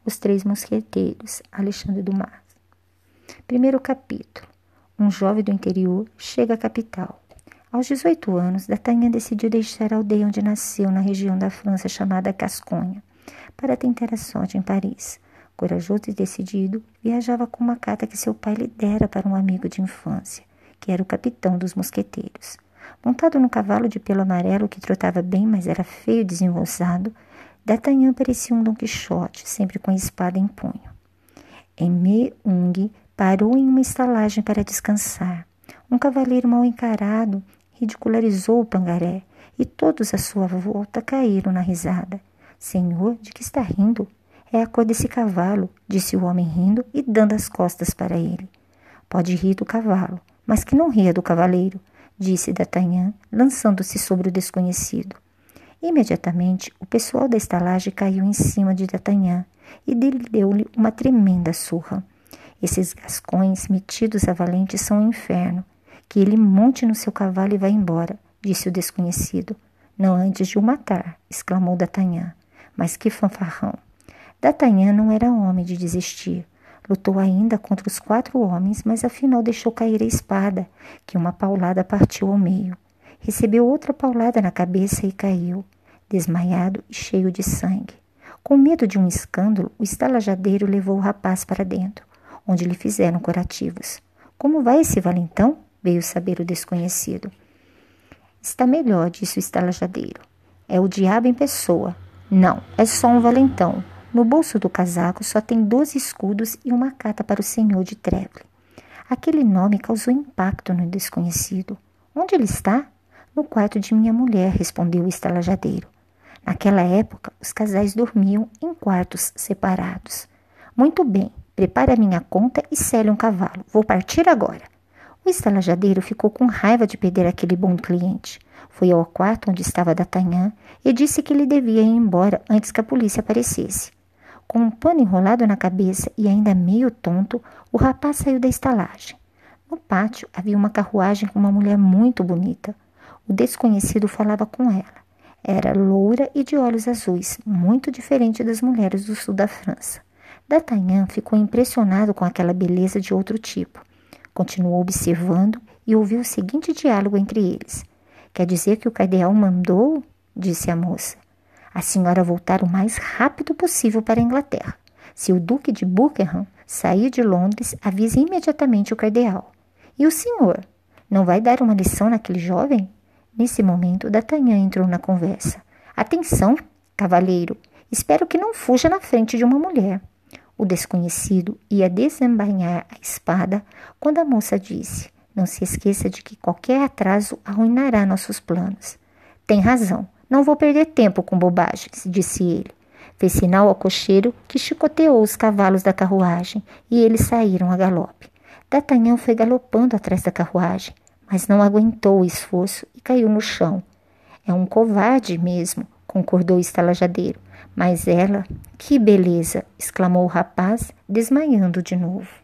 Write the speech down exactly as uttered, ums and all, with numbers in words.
Os Três Mosqueteiros, Alexandre Dumas. Primeiro capítulo. Um jovem do interior chega à capital. Aos dezoito anos, D'Artagnan decidiu deixar a aldeia onde nasceu, na região da França chamada Gasconha, para tentar a sorte em Paris. Corajoso e decidido, viajava com uma carta que seu pai lhe dera para um amigo de infância, que era o capitão dos mosqueteiros. Montado num cavalo de pelo amarelo que trotava bem, mas era feio e desengonçado, D'Artagnan parecia um Dom Quixote, sempre com a espada em punho. Em Meung, parou em uma estalagem para descansar. Um cavaleiro mal encarado ridicularizou o pangaré, e todos à sua volta caíram na risada. Senhor, de que está rindo? É a cor desse cavalo, disse o homem rindo e dando as costas para ele. Pode rir do cavalo, mas que não ria do cavaleiro, disse D'Artagnan, lançando-se sobre o desconhecido. Imediatamente, o pessoal da estalagem caiu em cima de D'Artagnan e deu-lhe uma tremenda surra. Esses gascões metidos a valente são um inferno. Que ele monte no seu cavalo e vá embora, disse o desconhecido. Não antes de o matar, exclamou D'Artagnan. Mas que fanfarrão! D'Artagnan não era homem de desistir. Lutou ainda contra os quatro homens, mas afinal deixou cair a espada, que uma paulada partiu ao meio. Recebeu outra paulada na cabeça e caiu, desmaiado e cheio de sangue. Com medo de um escândalo, o estalajadeiro levou o rapaz para dentro, onde lhe fizeram curativos. Como vai esse valentão? Veio saber o desconhecido. Está melhor, disse o estalajadeiro. É o diabo em pessoa. Não, é só um valentão. No bolso do casaco só tem doze escudos e uma carta para o senhor de Trèves. Aquele nome causou impacto no desconhecido. Onde ele está? No quarto de minha mulher, respondeu o estalajadeiro. Naquela época, os casais dormiam em quartos separados. Muito bem, prepare a minha conta e cele um cavalo. Vou partir agora. O estalajadeiro ficou com raiva de perder aquele bom cliente. Foi ao quarto onde estava D'Artagnan e disse que ele devia ir embora antes que a polícia aparecesse. Com um pano enrolado na cabeça e ainda meio tonto, o rapaz saiu da estalagem. No pátio havia uma carruagem com uma mulher muito bonita. O desconhecido falava com ela. Era loura e de olhos azuis, muito diferente das mulheres do sul da França. D'Artagnan ficou impressionado com aquela beleza de outro tipo. Continuou observando e ouviu o seguinte diálogo entre eles. Quer dizer que o cardeal mandou? Disse a moça. A senhora voltar o mais rápido possível para a Inglaterra. Se o duque de Buckingham sair de Londres, avise imediatamente o cardeal. E o senhor? Não vai dar uma lição naquele jovem? Nesse momento, D'Artagnan entrou na conversa. Atenção, cavalheiro. Espero que não fuja na frente de uma mulher. O desconhecido ia desembainhar a espada quando a moça disse: não se esqueça de que qualquer atraso arruinará nossos planos. Tem razão, não vou perder tempo com bobagens, disse ele. Fez sinal ao cocheiro que chicoteou os cavalos da carruagem e eles saíram a galope. D'Artagnan foi galopando atrás da carruagem, mas não aguentou o esforço e caiu no chão. É um covarde mesmo, concordou o estalajadeiro. Mas ela, que beleza! Exclamou o rapaz, desmaiando de novo.